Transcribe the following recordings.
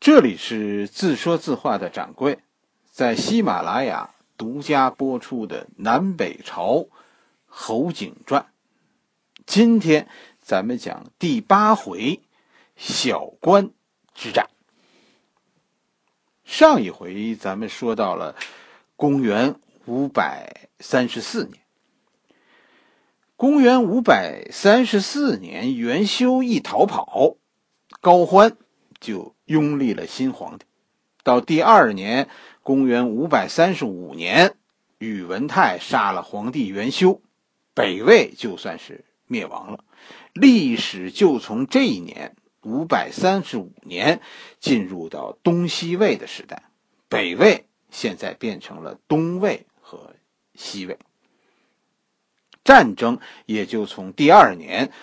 这里是自说自话的掌柜，在喜马拉雅独家播出的南北朝侯景传。今天咱们讲第8回小关之战。上一回咱们说到了公元534年。公元534年，元修一逃跑，高欢就拥立了新皇帝。到第2年，公元535年，宇文泰杀了皇帝元修，北魏就算是灭亡了。历史就从这一年535年进入到东西魏的时代，北魏现在变成了东魏和西魏。战争也就从第2年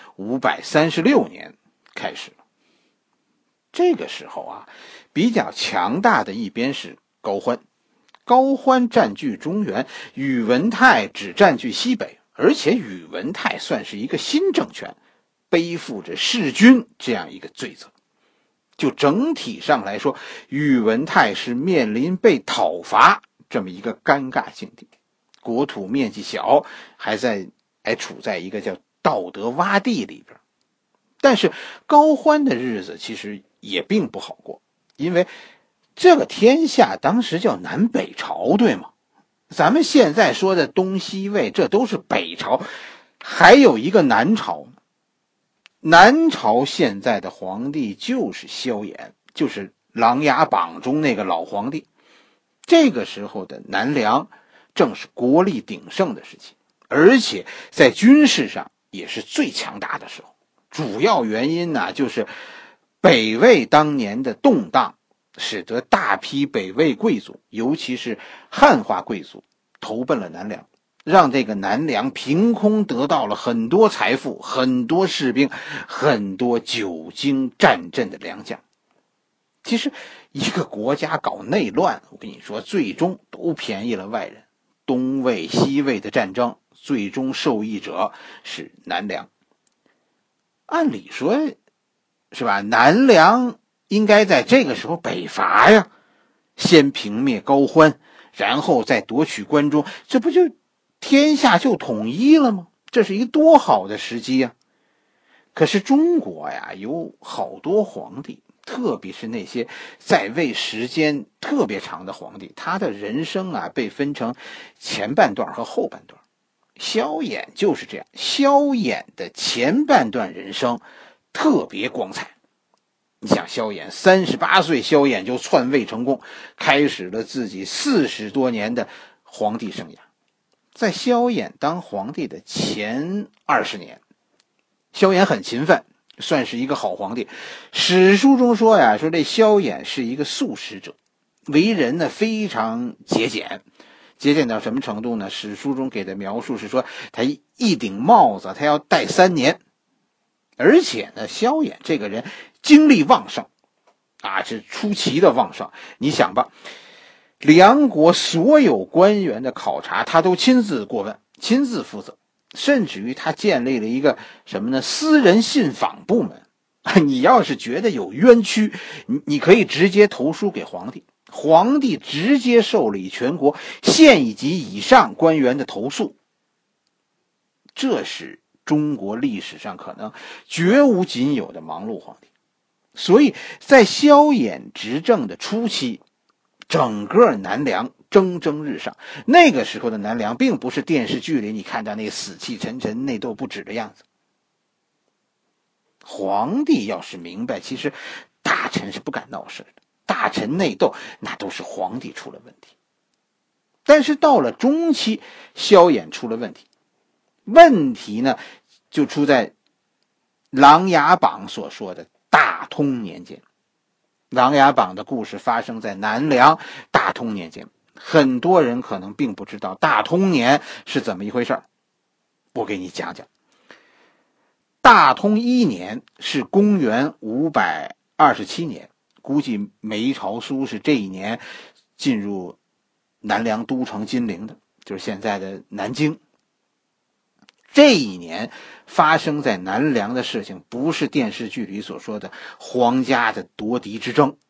536年开始了。这个时候啊，比较强大的一边是高欢。高欢占据中原，宇文泰只占据西北，而且宇文泰算是一个新政权，背负着弑君这样一个罪责。就整体上来说，宇文泰是面临被讨伐这么一个尴尬境地。国土面积小，还处在一个叫道德洼地里边。但是高欢的日子其实也并不好过，因为这个天下当时叫南北朝，对吗？咱们现在说的东西魏，这都是北朝，还有一个南朝呢。南朝现在的皇帝就是萧衍，就是《琅琊榜》中那个老皇帝。这个时候的南梁正是国力鼎盛的时期，而且在军事上也是最强大的时候。主要原因呢，就是北魏当年的动荡，使得大批北魏贵族，尤其是汉化贵族投奔了南梁，让这个南梁凭空得到了很多财富，很多士兵，很多久经战阵的良将。其实一个国家搞内乱，我跟你说，最终都便宜了外人。东魏西魏的战争，最终受益者是南梁。按理说是吧，南梁应该在这个时候北伐呀，先平灭高欢，然后再夺取关中，这不就天下就统一了吗？这是一个多好的时机啊！可是中国呀，有好多皇帝，特别是那些在位时间特别长的皇帝，他的人生啊被分成前半段和后半段。萧衍就是这样，萧衍的前半段人生特别光彩。你想，萧衍38岁，萧衍就篡位成功，开始了自己40多年的皇帝生涯。在萧衍当皇帝的前20年，萧衍很勤奋，算是一个好皇帝。史书中说呀，说这萧衍是一个素食者，为人呢非常节俭。节俭到什么程度呢？史书中给的描述是说，他一顶帽子他要戴3年。而且呢，萧衍这个人精力旺盛啊，是出奇的旺盛。你想吧，梁国所有官员的考察他都亲自过问，亲自负责，甚至于他建立了一个什么呢？私人信访部门。你要是觉得有冤屈，你可以直接投书给皇帝，皇帝直接受理全国县一级以上官员的投诉。这是中国历史上可能绝无仅有的忙碌皇帝。所以在萧衍执政的初期，整个南梁蒸蒸日上。那个时候的南梁并不是电视剧里你看到那死气沉沉、内斗不止的样子。皇帝要是明白，其实大臣是不敢闹事的，大臣内斗那都是皇帝出了问题。但是到了中期，萧衍出了问题。问题呢，就出在《琅琊榜》所说的大通年间。《琅琊榜》的故事发生在南梁大通年间，很多人可能并不知道大通年是怎么一回事。我给你讲讲。大通1年是公元527年，估计梅朝苏是这一年进入南梁都城金陵的，就是现在的南京。这一年发生在南梁的事情，不是电视剧里所说的皇家的夺嫡之争，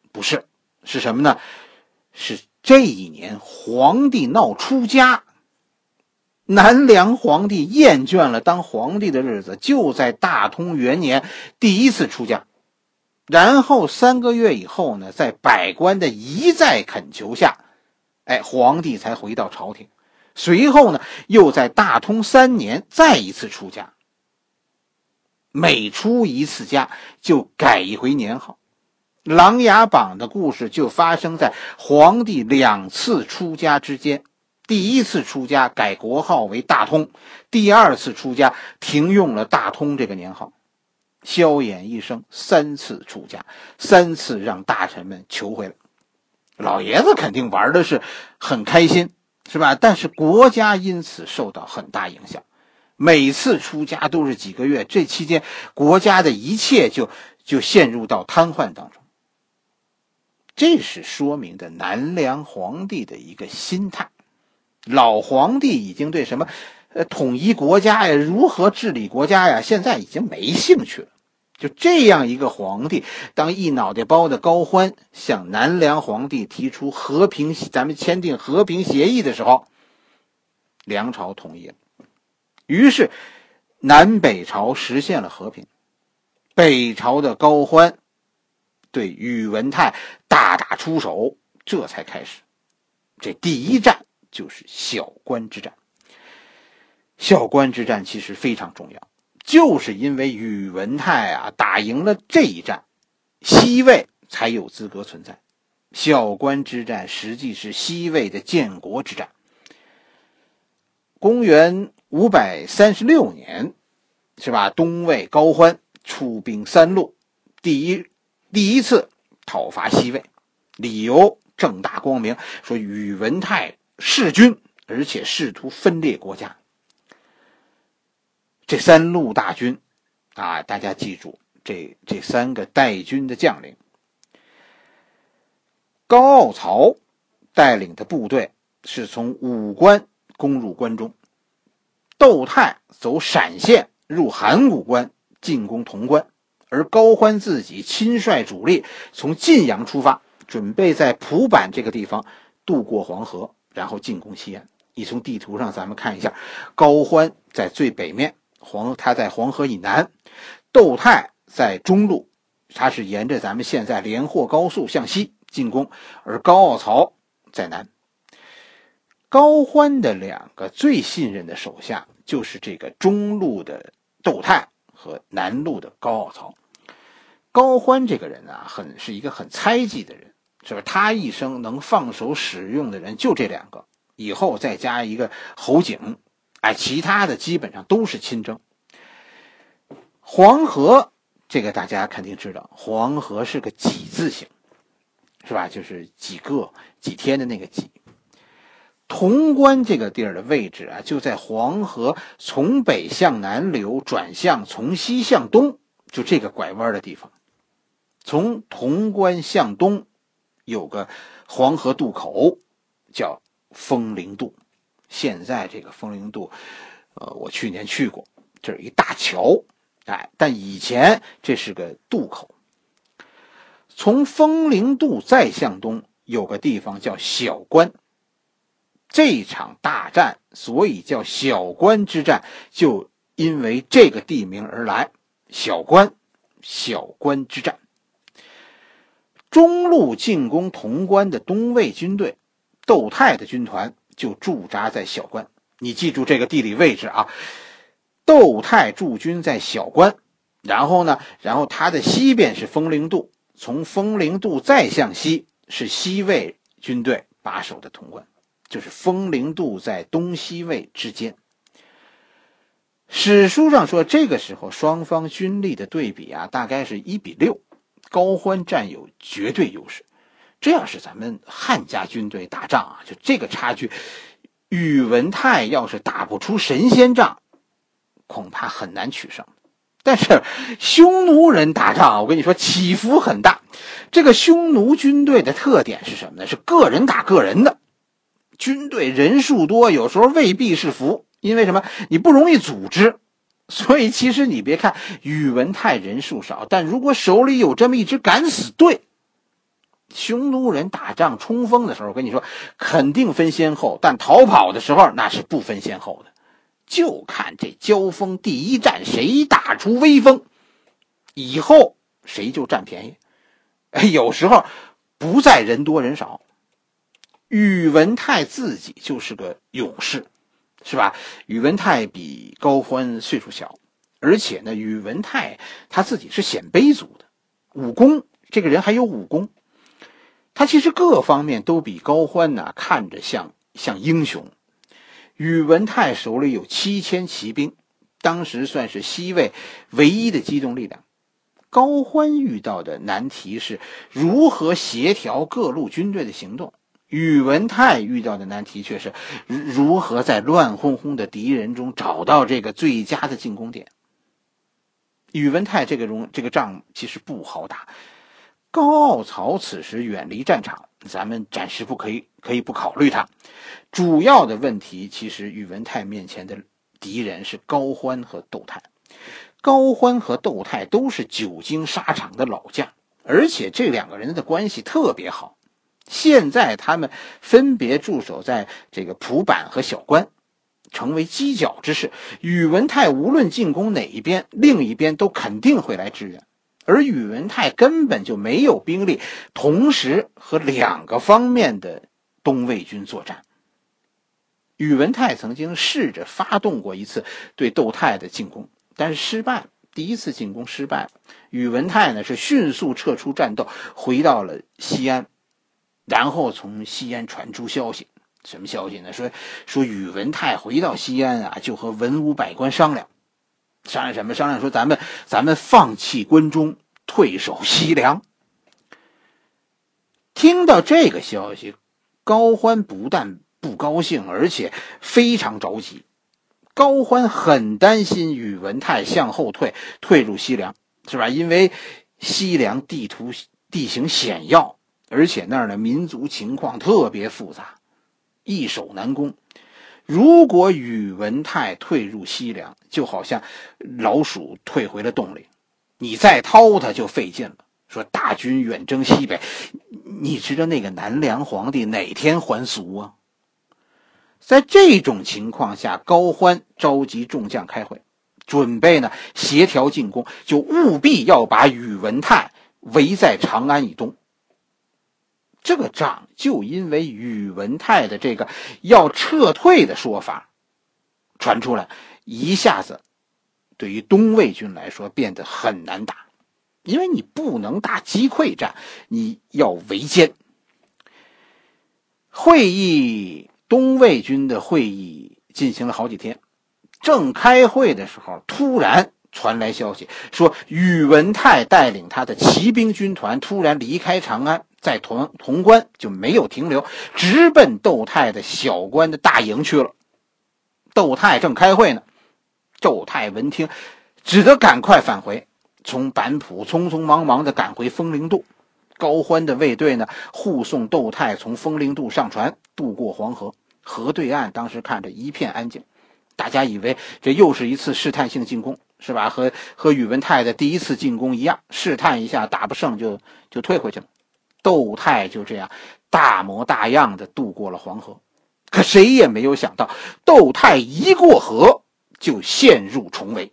不是，是什么呢？是这一年皇帝闹出家，南梁皇帝厌倦了当皇帝的日子，就在大通元年第一次出家。然后3个月以后呢，在百官的一再恳求下，皇帝才回到朝廷。随后呢，又在大通3年再一次出家。每出一次家就改一回年号。琅琊榜的故事就发生在皇帝2次出家之间。第一次出家改国号为大通，第2次出家停用了大通这个年号。萧衍一生3次出家，3次让大臣们求回来。老爷子肯定玩的是很开心，是吧？但是国家因此受到很大影响。每次出家都是几个月，这期间国家的一切就陷入到瘫痪当中。这是说明的南梁皇帝的一个心态。老皇帝已经对什么统一国家呀，如何治理国家呀，现在已经没兴趣了。就这样一个皇帝，当一脑袋包的高欢向南梁皇帝提出和平，咱们签订和平协议的时候，梁朝同意了。于是南北朝实现了和平。北朝的高欢对宇文泰大打出手，这才开始。这第一战就是小关之战。小关之战其实非常重要，就是因为宇文泰打赢了这一战，西魏才有资格存在。小关之战实际是西魏的建国之战。公元536年，是吧？东魏高欢出兵3路，第一次讨伐西魏，理由正大光明，说宇文泰弑君，而且试图分裂国家。这3路大军大家记住这3个带军的将领。高傲曹带领的部队是从武关攻入关中，窦泰走陕县入函谷关进攻潼关，而高欢自己亲率主力从晋阳出发，准备在蒲坂这个地方渡过黄河，然后进攻西安。你从地图上咱们看一下，高欢在最北面，他在黄河以南，窦泰在中路，他是沿着咱们现在连霍高速向西进攻，而高傲曹在南。高欢的2个最信任的手下就是这个中路的窦泰和南路的高傲曹。高欢这个人是一个很猜忌的人，是吧？他一生能放手使用的人就这2个，以后再加一个侯景，其他的基本上都是亲征。黄河这个大家肯定知道，黄河是个几字形，是吧？就是几天的那个几。潼关这个地儿的位置就在黄河从北向南流转向从西向东，就这个拐弯的地方。从潼关向东有个黄河渡口叫风陵渡，现在这个风陵渡我去年去过，这是一大桥，但以前这是个渡口。从风陵渡再向东有个地方叫小关，这场大战所以叫小关之战，就因为这个地名而来，小关之战。中路进攻潼关的东魏军队，窦泰的军团就驻扎在小关。你记住这个地理位置窦泰驻军在小关，然后他的西边是风陵渡，从风陵渡再向西是西魏军队把守的潼关，就是风陵渡在东西魏之间。史书上说这个时候双方军力的对比大概是1比6，高欢占有绝对优势。这要是咱们汉家军队打仗就这个差距，宇文泰要是打不出神仙仗，恐怕很难取胜。但是匈奴人打仗我跟你说起伏很大。这个匈奴军队的特点是什么呢？是个人打个人的。军队人数多，有时候未必是福，因为什么？你不容易组织。所以其实你别看宇文泰人数少，但如果手里有这么一支敢死队， 匈奴人打仗冲锋的时候，跟你说肯定分先后，但逃跑的时候那是不分先后的，就看这交锋第一战谁打出威风，以后谁就占便宜。有时候不在人多人少。宇文泰自己就是个勇士，是吧？宇文泰比高欢岁数小，而且呢，宇文泰他自己是鲜卑族的，武功，这个人还有武功，他其实各方面都比高欢呢看着像英雄。宇文泰手里有7000骑兵，当时算是西魏唯一的机动力量。高欢遇到的难题是如何协调各路军队的行动，宇文泰遇到的难题却是如何在乱哄哄的敌人中找到这个最佳的进攻点。宇文泰这个仗其实不好打，高傲曹此时远离战场，咱们暂时可以不考虑他。主要的问题其实宇文泰面前的敌人是高欢和窦泰。高欢和窦泰都是久经沙场的老将，而且这两个人的关系特别好。现在他们分别驻守在这个蒲坂和小关，成为犄角之势。宇文泰无论进攻哪一边，另一边都肯定会来支援，而宇文泰根本就没有兵力同时和两个方面的东魏军作战。宇文泰曾经试着发动过一次对窦泰的进攻，但是失败，第一次进攻失败了。宇文泰呢是迅速撤出战斗，回到了西安，然后从西安传出消息，什么消息呢？说宇文泰回到西安啊，就和文武百官商量什么？商量说咱们放弃关中，退守西凉。听到这个消息，高欢不但不高兴，而且非常着急。高欢很担心宇文泰向后退入西凉，是吧？因为西凉地形险要，而且那儿的民族情况特别复杂，易守难攻。如果宇文泰退入西凉，就好像老鼠退回了洞里，你再掏它就费劲了。说大军远征西北，你知道那个南梁皇帝哪天还俗啊？在这种情况下，高欢召集众将开会，准备呢协调进攻，就务必要把宇文泰围在长安以东。这个仗就因为宇文泰的这个要撤退的说法传出来，一下子对于东魏军来说变得很难打，因为你不能打击溃战，你要围歼。东魏军的会议进行了好几天，正开会的时候，突然传来消息，说宇文泰带领他的骑兵军团突然离开长安，在潼关就没有停留，直奔窦泰的小关的大营去了。窦泰正开会呢，窦泰闻听只得赶快返回，从板浦匆匆忙忙地赶回风陵渡。高欢的卫队呢护送窦泰从风陵渡上船，渡过黄河。河对岸当时看着一片安静，大家以为这又是一次试探性进攻，是吧？和宇文泰的第一次进攻一样，试探一下打不胜就退回去了。窦泰就这样大模大样的渡过了黄河。可谁也没有想到，窦泰一过河就陷入重围。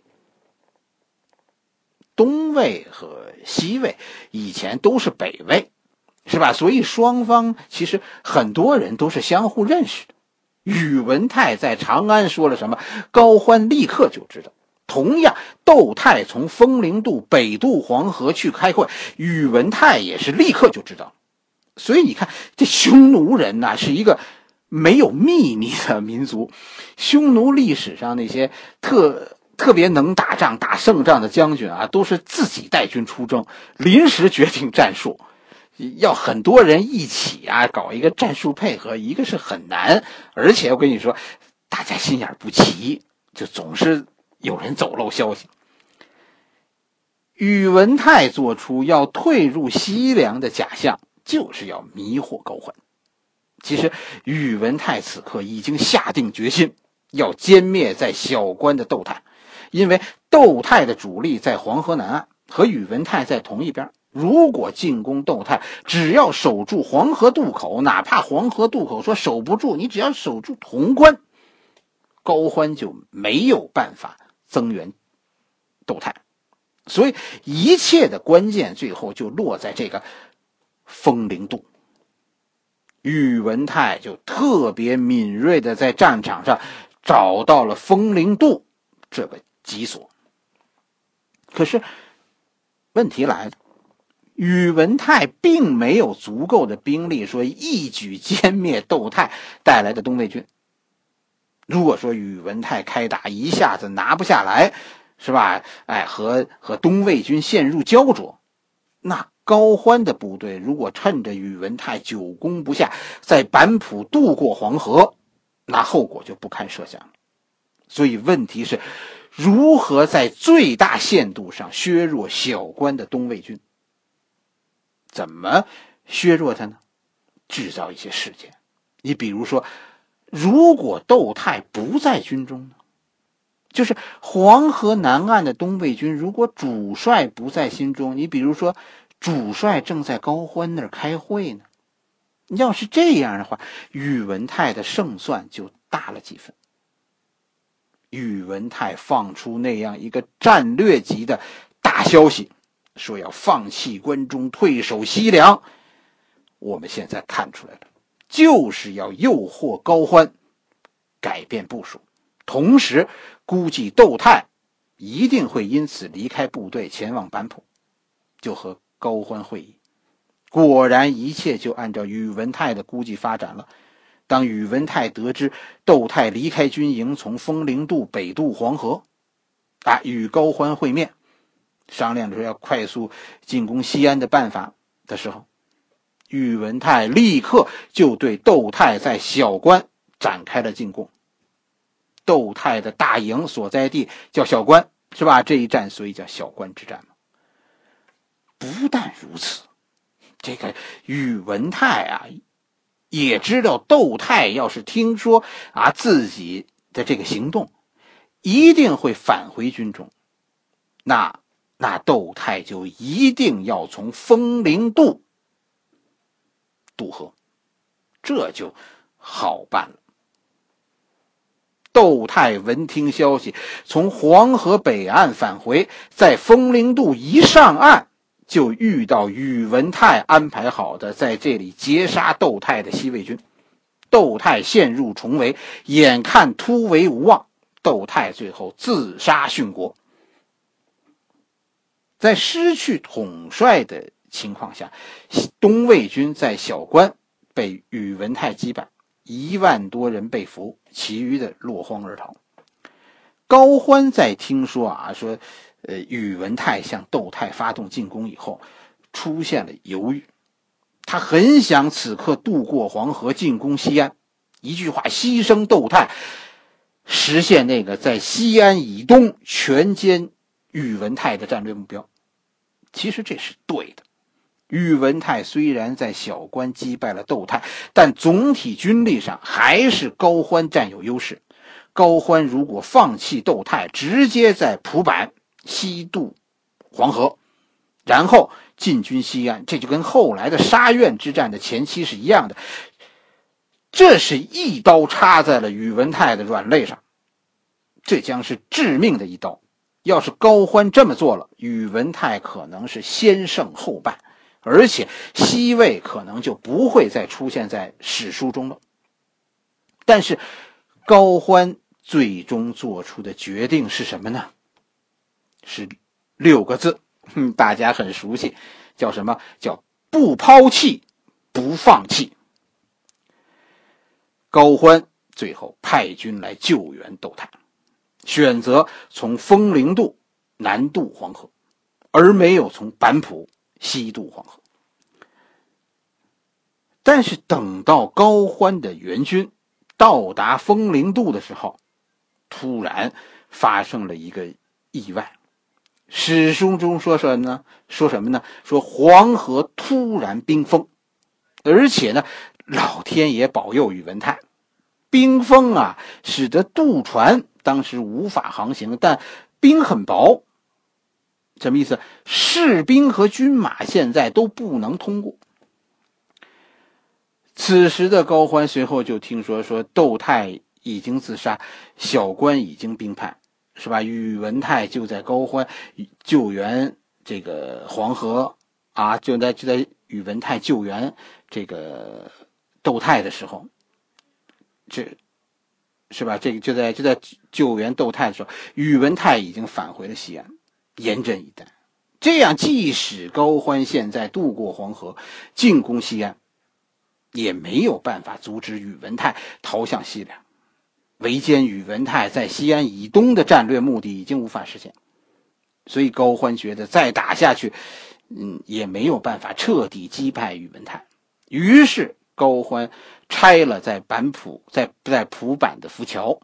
东魏和西魏以前都是北魏，是吧？所以双方其实很多人都是相互认识的。宇文泰在长安说了什么，高欢立刻就知道。同样，窦泰从风陵渡北渡黄河去开会，宇文泰也是立刻就知道。所以你看，这匈奴人呢是一个没有秘密的民族。匈奴历史上那些特别能打仗打胜仗的将军啊，都是自己带军出征，临时决定战术，要很多人一起啊搞一个战术配合，一个是很难，而且我跟你说，大家心眼不齐，就总是有人走漏消息。宇文泰做出要退入西凉的假象，就是要迷惑高欢。其实宇文泰此刻已经下定决心要歼灭在小关的窦泰，因为窦泰的主力在黄河南岸，和宇文泰在同一边， 如果进攻窦太，只要守住黄河渡口，哪怕黄河渡口说守不住，你只要守住潼关，高欢就没有办法增援窦太。所以一切的关键最后就落在这个丰陵渡。宇文泰就特别敏锐的在战场上找到了丰陵渡这个基所。可是问题来了，宇文泰并没有足够的兵力说一举歼灭窦太带来的东魏军。如果说宇文泰开打一下子拿不下来，是吧？和东魏军陷入焦灼，那高欢的部队如果趁着宇文泰久攻不下，在板浦渡过黄河，那后果就不堪设想了。所以问题是如何在最大限度上削弱小关的东魏军。怎么削弱它呢？制造一些事件。你比如说，如果窦太不在军中呢，就是黄河南岸的东魏军，如果主帅不在心中，你比如说主帅正在高欢那儿开会呢，要是这样的话，宇文泰的胜算就大了几分。宇文泰放出那样一个战略级的大消息，说要放弃关中，退守西凉，我们现在看出来了，就是要诱惑高欢改变部署，同时估计窦太一定会因此离开部队前往板浦，就和高欢会议。果然一切就按照宇文泰的估计发展了。当宇文泰得知窦太离开军营，从丰陵渡北渡黄河，与高欢会面，商量着要快速进攻西安的办法的时候，宇文泰立刻就对窦太在小关展开了进攻。窦太的大营所在地叫小关，是吧？这一战所以叫小关之战嘛。不但如此，这个宇文泰也知道窦太要是听说自己的这个行动一定会返回军中，那窦太就一定要从丰陵渡渡河，这就好办了。窦太闻听消息，从黄河北岸返回，在丰陵渡一上岸，就遇到宇文泰安排好的在这里截杀窦太的西魏军。窦太陷入重围，眼看突围无望，窦太最后自杀殉国。在失去统帅的情况下，东魏军在小关被宇文泰击败，1万多人被俘，其余的落荒而逃。高欢在听说宇文泰向窦太发动进攻以后，出现了犹豫。他很想此刻渡过黄河进攻西安，一句话牺牲窦太，实现那个在西安以东全歼宇文泰的战略目标。其实这是对的。宇文泰虽然在小关击败了窦太，但总体军力上还是高欢占有优势。高欢如果放弃窦太，直接在蒲坂西渡黄河，然后进军西安，这就跟后来的沙苑之战的前期是一样的。这是一刀插在了宇文泰的软肋上，这将是致命的一刀。要是高欢这么做了，宇文泰可能是先胜后败，而且西魏可能就不会再出现在史书中了。但是高欢最终做出的决定是什么呢？是6个字，大家很熟悉，叫什么？叫不抛弃，不放弃。高欢最后派军来救援窦太，选择从丰陵渡南渡黄河，而没有从板浦西渡黄河。但是等到高欢的援军到达丰陵渡的时候，突然发生了一个意外。史书中说什么呢？说黄河突然冰封，而且呢，老天爷保佑宇文泰，冰封使得渡船当时无法航行，但冰很薄， 什么意思？士兵和军马现在都不能通过。此时的高欢随后就听说窦泰已经自杀，小关已经兵败，是吧？宇文泰就在高欢救援这个黄河啊，就在宇文泰救援这个窦泰的时候，这是吧？这个就在救援窦泰的时候，宇文泰已经返回了西安，严阵以待。这样，即使高欢现在渡过黄河，进攻西安，也没有办法阻止宇文泰逃向西凉。围歼宇文泰在西安以东的战略目的已经无法实现，所以高欢觉得再打下去，也没有办法彻底击败宇文泰。于是高欢拆了在蒲坂的浮桥，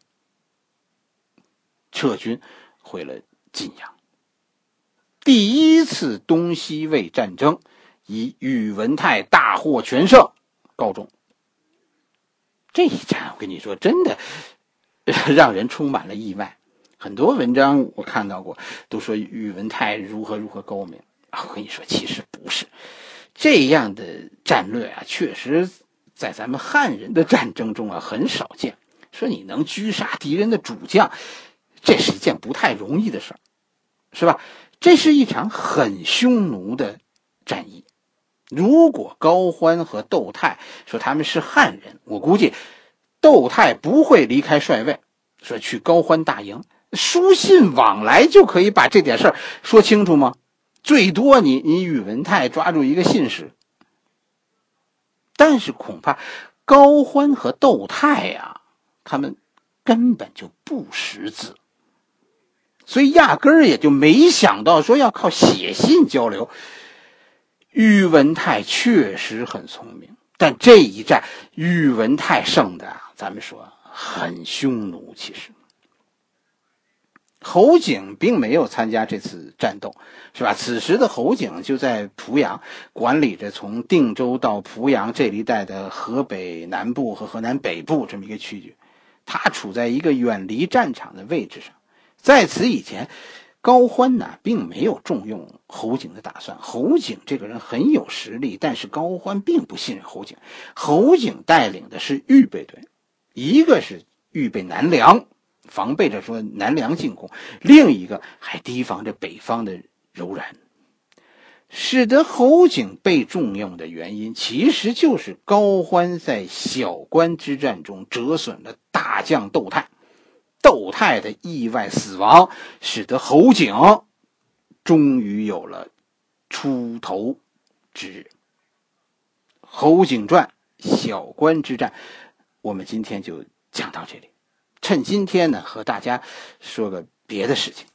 撤军回了晋阳。第一次东西魏战争以宇文泰大获全胜告终。这一战我跟你说真的让人充满了意外，很多文章我看到过都说宇文泰如何高明啊，我跟你说其实不是。这样的战略啊，确实在咱们汉人的战争中啊很少见。说你能狙杀敌人的主将，这是一件不太容易的事儿，是吧？这是一场很匈奴的战役。如果高欢和窦泰说他们是汉人，我估计窦泰不会离开帅位，说去高欢大营，书信往来就可以把这点事儿说清楚吗？最多你宇文泰抓住一个信使。但是恐怕高欢和窦泰啊，他们根本就不识字，所以压根儿也就没想到说要靠写信交流。宇文泰确实很聪明，但这一战宇文泰胜的咱们说很匈奴。其实侯景并没有参加这次战斗，是吧？此时的侯景就在濮阳管理着从定州到濮阳这一带的河北南部和河南北部这么一个区域，他处在一个远离战场的位置上。在此以前，高欢呢并没有重用侯景的打算。侯景这个人很有实力，但是高欢并不信任侯景。侯景带领的是预备队，一个是预备南梁，防备着说南梁进攻，另一个还提防着北方的柔然。使得侯景被重用的原因，其实就是高欢在小关之战中折损了大将窦泰。窦泰的意外死亡，使得侯景终于有了出头之日。侯景传小关之战，我们今天就讲到这里。趁今天呢，和大家说个别的事情。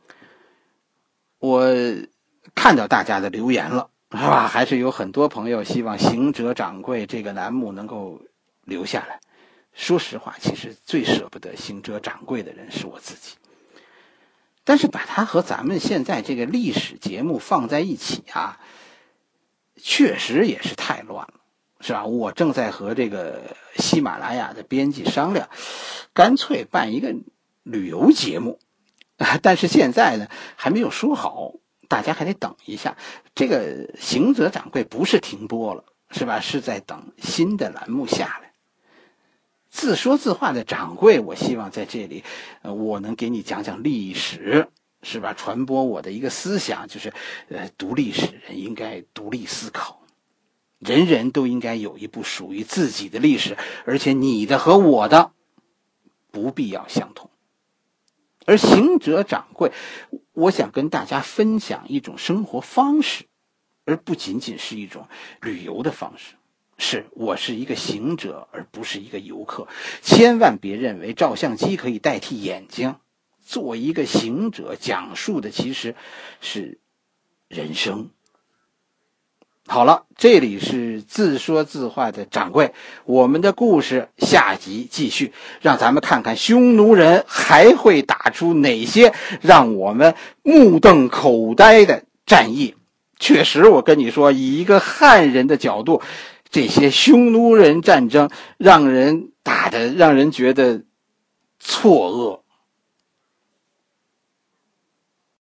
我看到大家的留言了，是吧？还是有很多朋友希望行者掌柜这个栏目能够留下来。说实话，其实最舍不得行者掌柜的人是我自己。但是把它和咱们现在这个历史节目放在一起啊，确实也是太乱了，是吧？我正在和这个喜马拉雅的编辑商量，干脆办一个旅游节目，但是现在呢还没有说好，大家还得等一下。这个行者掌柜不是停播了，是吧？是在等新的栏目下来。自说自话的掌柜，我希望在这里我能给你讲讲历史，是吧？传播我的一个思想，就是读历史人应该独立思考，人人都应该有一部属于自己的历史，而且你的和我的不必要相同。而行者掌柜，我想跟大家分享一种生活方式，而不仅仅是一种旅游的方式。我是一个行者，而不是一个游客。千万别认为照相机可以代替眼睛，做一个行者，讲述的其实是人生。好了，这里是自说自话的掌柜，我们的故事下集继续，让咱们看看匈奴人还会打出哪些让我们目瞪口呆的战役。确实，我跟你说，以一个汉人的角度，这些匈奴人战争让人打得让人觉得错愕，